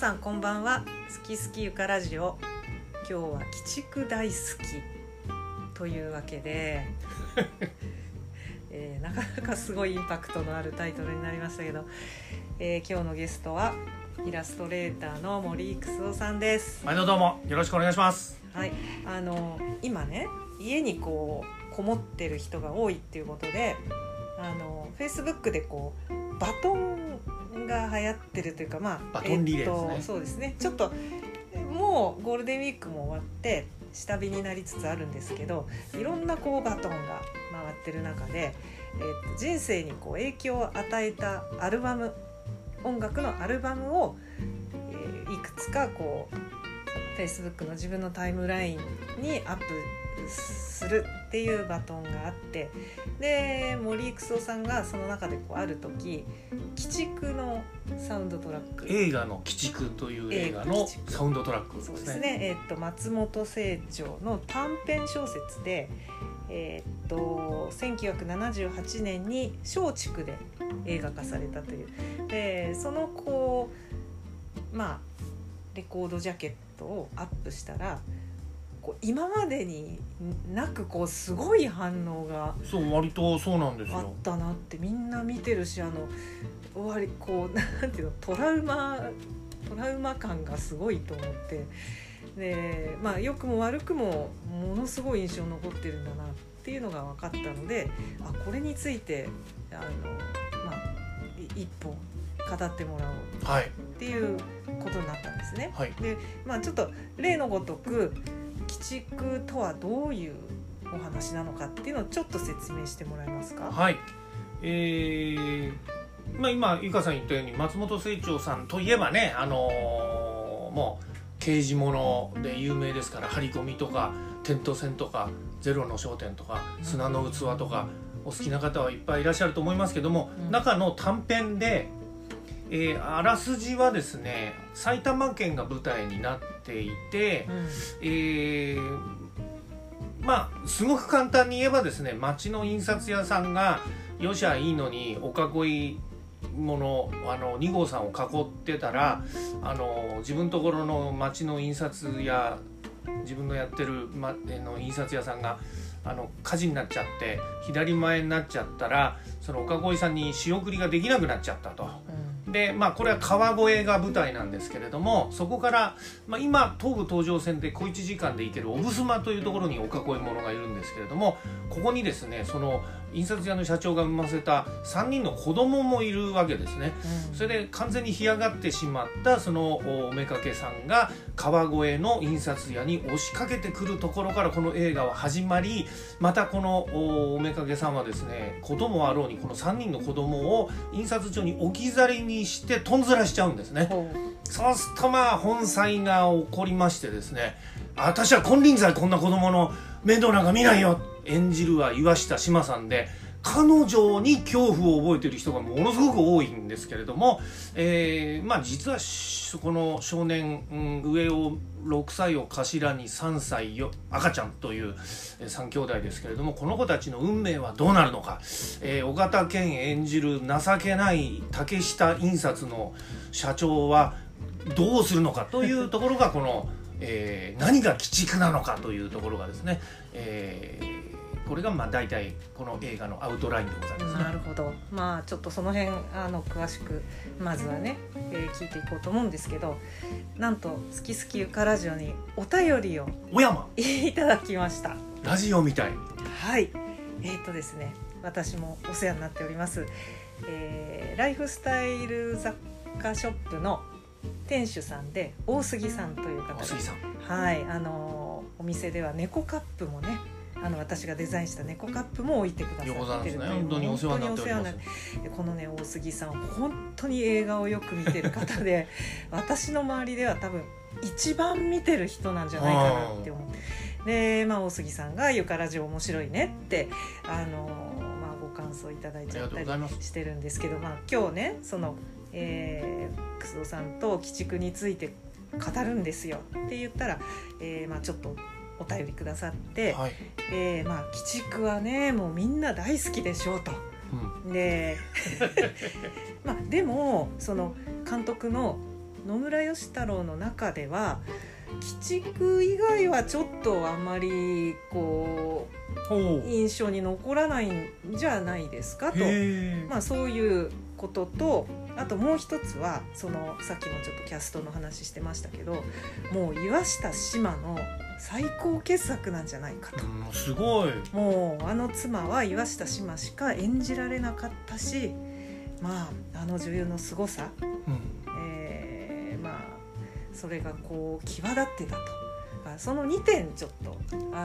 さんこんばんは。好き好きゆかラジオ、今日は鬼畜大好きというわけで、なかなかすごいインパクトのあるタイトルになりましたけど、今日のゲストはイラストレーターの森育夫さんです。 毎度どうもよろしくお願いします。 はい、今ね家にこもってる人が多いっていうことで、Facebook でバトンが流行ってるというか、 バトンリレーですね。 そうですね。ちょっともうゴールデンウィークも終わって下火になりつつあるんですけど、いろんなバトンが回ってる中で、人生に影響を与えたアルバム、音楽のアルバムを、いくつかFacebook の自分のタイムラインにアップするっていうバトンがあって、で森育夫さんがその中である時鬼畜のサウンドトラック、 映画の鬼畜という映画のサウンドトラックですね。 そうですね、松本清張の短編小説で、1978年に松竹で映画化されたという。でそのレコードジャケットをアップしたら今までになくすごい反応が割とそうなんですよ。 あったなって、みんな見てるし、なんていうの、トラウマ感がすごいと思って、で良くも悪くもものすごい印象に残ってるんだなっていうのが分かったので、これについて一本語ってもらおうっていうことになったんですね。 はい、 でちょっと例のごとく鬼畜とはどういうお話なのかっていうのをちょっと説明してもらえますか。 はい、今ゆかさん言ったように松本清張さんといえばね、もう刑事物で有名ですから、張り込みとか点と線とかゼロの焦点とか砂の器とか、お好きな方はいっぱいいらっしゃると思いますけども、中の短編であらすじはですね、埼玉県が舞台になっていて、すごく簡単に言えばですね、町の印刷屋さんがよしゃいいのにお囲い物2号さんを囲ってたら、自分のところの町の印刷屋、自分のやってる、の印刷屋さんが火事になっちゃって左前になっちゃったら、そのお囲いさんに仕送りができなくなっちゃったと。でこれは川越が舞台なんですけれども、そこから、今東武東上線で小1時間で行ける小布須というところにお囲い者がいるんですけれども、ここにですね、その印刷屋の社長が産ませた3人の子供もいるわけですね。それで完全に干上がってしまったそのおめかけさんが川越の印刷屋に押しかけてくるところからこの映画は始まり、またこのおめかけさんはですね、子供あろうにこの3人の子供を印刷所に置き去りにしてとんずらしちゃうんですね。そうすると本妻が怒りましてですね、私は金輪際こんな子供の面倒なんか見ないよ。演じるは岩下志麻さんで、彼女に恐怖を覚えている人がものすごく多いんですけれども、実はこの少年、上を6歳を頭に3歳赤ちゃんという3兄弟ですけれども、この子たちの運命はどうなるのか、尾形健演じる情けない竹下印刷の社長はどうするのかというところがこの、何が鬼畜なのかというところがですね、これが大体この映画のアウトラインでございますね。 なるほど。ちょっとその辺詳しくまずはね、聞いていこうと思うんですけど、なんと好き好きゆかラジオにお便りをいただきました。 ラジオみたい。 はい、ですね、私もお世話になっております、ライフスタイル雑貨ショップの店主さんで大杉さんという方です。 大杉さん、 はい、お店では猫カップもね、私がデザインした猫カップも置いてくださってるという、 本当にお世話になっております。 このね大杉さん本当に映画をよく見てる方で私の周りでは多分一番見てる人なんじゃないかなって思って、で、大杉さんがゆかラジオ面白いねってご感想いただいちゃったりしてるんですけど、今日ねその楠尾さんと鬼畜について語るんですよって言ったら、ちょっとお便りくださって、鬼畜はねもうみんな大好きでしょうと、ででもその監督の野村義太郎の中では鬼畜以外はちょっとあんまりこう印象に残らないんじゃないですかと、そういうことと、あともう一つはさっきもちょっとキャストの話してましたけど、もう岩下志麻の最高傑作なんじゃないかと。 すごい。 もう妻は岩下志麻しか演じられなかったし、女優の凄さ、それがこう際立ってたと。その2点ちょっと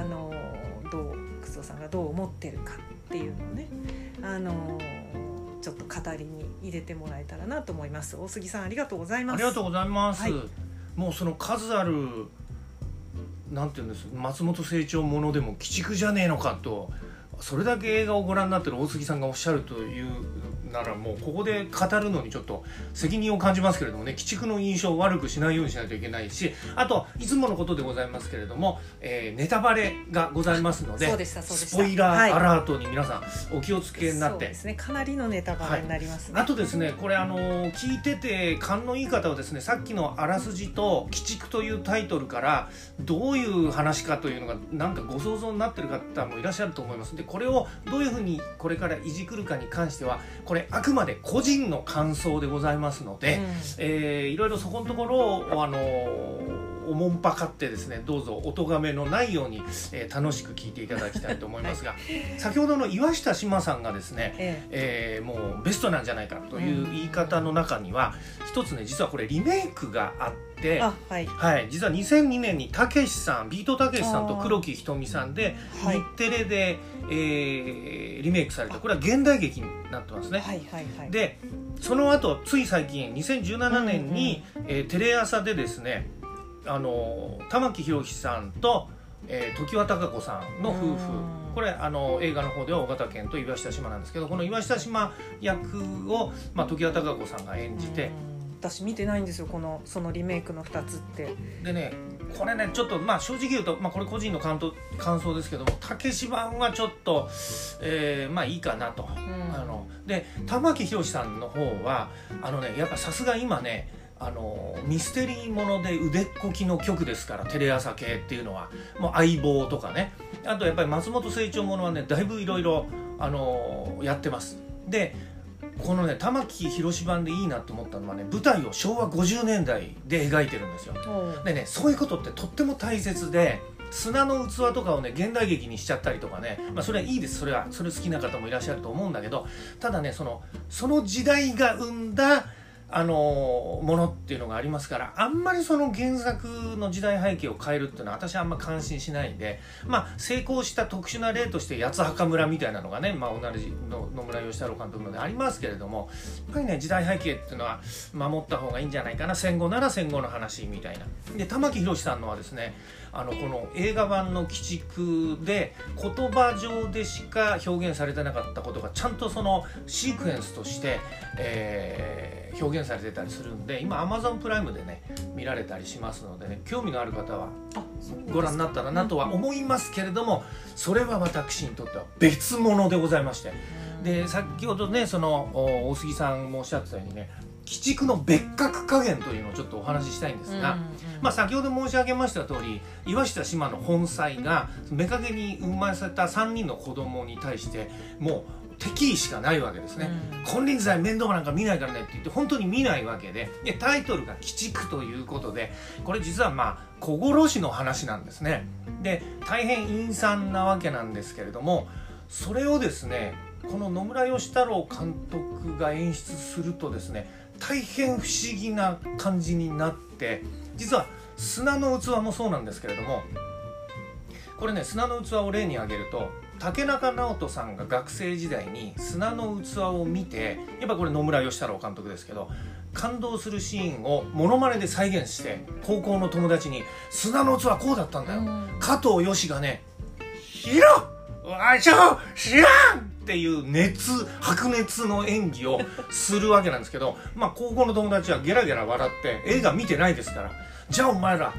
楠尾さんがどう思ってるかっていうのをね、ちょっと語りに入れてもらえたらなと思います。大杉さんありがとうございます。 ありがとうございます、もうその数あるなんていうんです、松本清張ものでも鬼畜じゃねえのかと、それだけ映画をご覧になってる大杉さんがおっしゃるというなら、もうここで語るのにちょっと責任を感じますけれどもね、鬼畜の印象を悪くしないようにしないといけないし、あといつものことでございますけれども、ネタバレがございますので、スポイラーアラートに皆さんお気をつけになって、 そうですね、かなりのネタバレになりますね。 あとですね、これ聞いてて勘のいい方はですね、さっきのあらすじと鬼畜というタイトルからどういう話かというのがなんかご想像になってる方もいらっしゃると思います。でこれをどういうふうにこれからいじくるかに関しては、これあくまで個人の感想でございますので、いろいろそこのところをおもんぱかってですね、どうぞお咎めのないように、楽しく聞いていただきたいと思いますが、先ほどの岩下志麻さんがですね、もうベストなんじゃないかという言い方の中には、一つね、実はこれリメイクがあって、実は2002年にたけしさん、ビートたけしさんと黒木瞳さんで日テレで、リメイクされた、これは現代劇になってますね。でその後つい最近2017年に、テレ朝でですね、玉木宏さんと、常盤貴子さんの夫婦、これ映画の方では尾形健と岩下志麻なんですけど、この岩下志麻役を、常盤貴子さんが演じて、 私見てないんですよ、そのリメイクの2つって。でね、これねちょっと正直言うと、これ個人の感想ですけども、竹芝はちょっと、いいかなと。で玉木宏さんの方はやっぱさすが今ね、ミステリーもので腕っこきの曲ですから、テレ朝系っていうのはもう相棒とかね、あとやっぱり松本清張ものはね、だいぶいろいろやってます。でこのね玉木宏版でいいなと思ったのはね、舞台を昭和50年代で描いてるんですよ。でね、そういうことってとっても大切で、砂の器とかをね現代劇にしちゃったりとかね、それはいいです。それ好きな方もいらっしゃると思うんだけど、ただねその時代が生んだものっていうのがありますから、あんまりその原作の時代背景を変えるっていうのは私はあんま感心しないんで、成功した特殊な例として八つ墓村みたいなのがね、同じの野村義太郎監督のでありますけれども、やっぱりね時代背景っていうのは守った方がいいんじゃないかな、戦後なら戦後の話みたいな。で玉木宏さんのはですね、この映画版の鬼畜で言葉上でしか表現されてなかったことがちゃんとそのシークエンスとして、表現されてたりするんで、今 Amazon プライムでね見られたりしますのでね、興味のある方はご覧になったらなとは思いますけれども、それは私にとっては別物でございまして、で先ほどね大杉さんもおっしゃってたようにね、鬼畜の別格加減というのをちょっとお話ししたいんですが、先ほど申し上げました通り、岩下志麻の本妻が妾に生まれた3人の子供に対してもう敵意しかないわけですね。金輪際面倒なんか見ないからねって言って本当に見ないわけで、タイトルが鬼畜ということで、これ実は小殺しの話なんですね。で大変陰惨なわけなんですけれども、それをですねこの野村義太郎監督が演出するとですね、大変不思議な感じになって、実は砂の器もそうなんですけれども、これね砂の器を例に挙げると、竹中直人さんが学生時代に砂の器を見て、やっぱこれ野村義太郎監督ですけど、感動するシーンをモノマネで再現して、高校の友達に砂の器こうだったんだよ、加藤よしがね知らんっていう白熱の演技をするわけなんですけど、高校の友達はゲラゲラ笑って、映画見てないですから、じゃあお前ら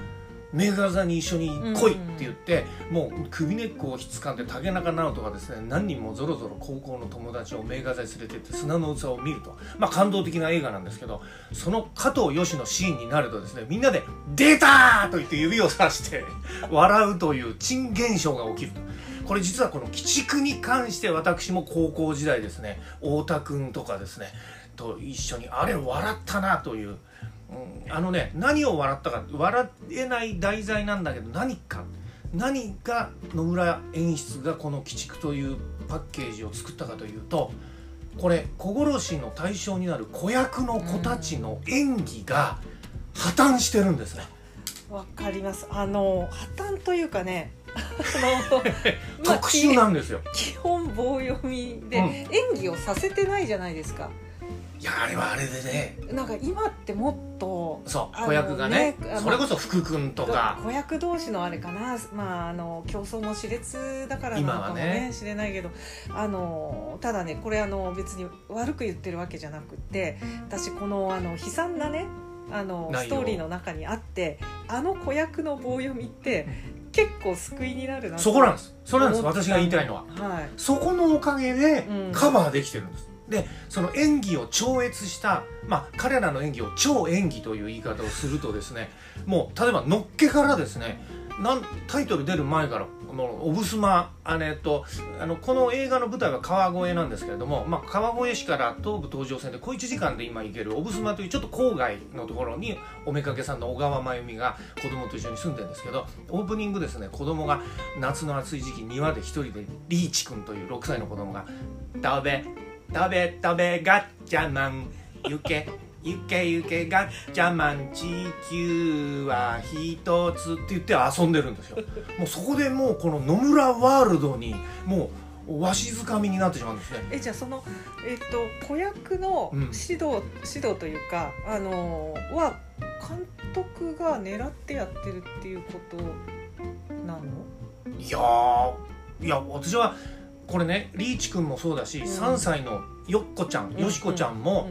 名画座に一緒に来いって言って、もう首根っこをひっつかんで竹中直人がですね、何人もぞろぞろ高校の友達を名画座に連れてって砂の器を見ると、感動的な映画なんですけど、その加藤嘉のシーンになるとですね、みんなで出たーと言って指をさして笑うという珍現象が起きると。これ実はこの鬼畜に関して私も高校時代ですね、太田くんとかですねと一緒にあれ笑ったなという、何を笑ったか、笑えない題材なんだけど、何が野村演出がこの鬼畜というパッケージを作ったかというと、これ小殺しの対象になる子役の子たちの演技が破綻してるんですね。 わかります。破綻というかね、 特殊なんですよ。 基本棒読みで、演技をさせてないじゃないですか。 いや、あれはあれでね、 なんか今ってもっとそう子役がね、それこそ福君とか子役同士のあれかな、競争も熾烈だからなのかもねしれないけど、ただね、これ別に悪く言ってるわけじゃなくて、私この悲惨なねストーリーの中にあって、子役の棒読みって結構救いになるな。 そこなんです。それなんです。私が言いたいのは、そこのおかげでカバーできてるんです。でその演技を超越した、彼らの演技を超演技という言い方をするとですね、もう例えばのっけからですね、タイトル出る前からおぶすま、この映画の舞台は川越なんですけれども、川越市から東武東上線で小1時間で今行けるおぶすまというちょっと郊外のところにおめかけさんの小川真由美が子供と一緒に住んでるんですけど、オープニングですね、子供が夏の暑い時期庭で一人でリーチ君という6歳の子供が食べガッチャマン行けガッチャマン地球は一つって言って遊んでるんですよ。もうそこでもうこの野村ワールドにもうわしづかみになってしまうんですね。 じゃあその子役の指導というかは監督が狙ってやってるっていうことなの？いや私はこれね、リーチ君もそうだし、3歳のよっこちゃん、よしこちゃんも、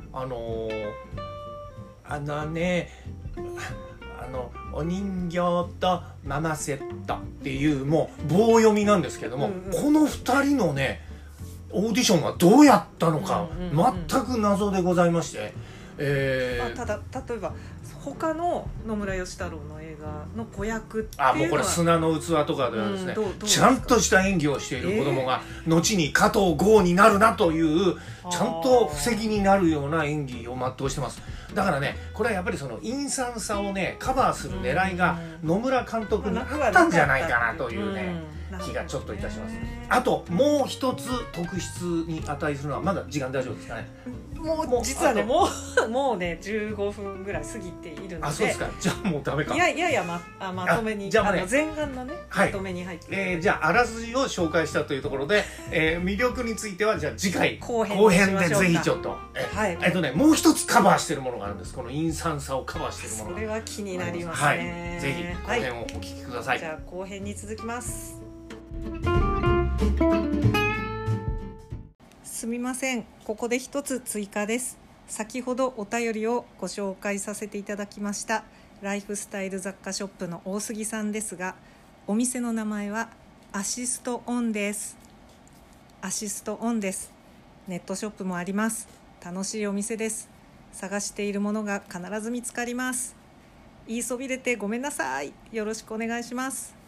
お人形とママセットっていうもう棒読みなんですけども、この2人のねオーディションはどうやったのか全く謎でございまして、 ただ例えば他の野村義太郎の映画の子役っていうのはもうこれ砂の器とかではですね、ちゃんとした演技をしている子供が後に加藤剛になるなというちゃんと布石になるような演技を全うしてます。だからね、これはやっぱりその陰惨さをねカバーする狙いが野村監督にあったんじゃないかなというね気がちょっといたします。あともう一つ特筆に値するのは、まだ時間大丈夫ですかね？ もう実はねもうね15分ぐらい過ぎているので。 そうですか。じゃあもうダメか。 いやまとめに、前半のね、まとめに入ってじゃああらすじを紹介したというところで、魅力についてはじゃあ次回後編でぜひちょっともう一つカバーしてるものがあるんです。この陰惨さをカバーしてるものが。 それは気になりますね。 ぜひ後編をお聞きください。 じゃあ後編に続きます。すみません、ここで一つ追加です。先ほどお便りをご紹介させていただきましたライフスタイル雑貨ショップの大杉さんですが、お店の名前はアシストオンです。アシストオンです。ネットショップもあります。楽しいお店です。探しているものが必ず見つかります。言いそびれてごめんなさい。よろしくお願いします。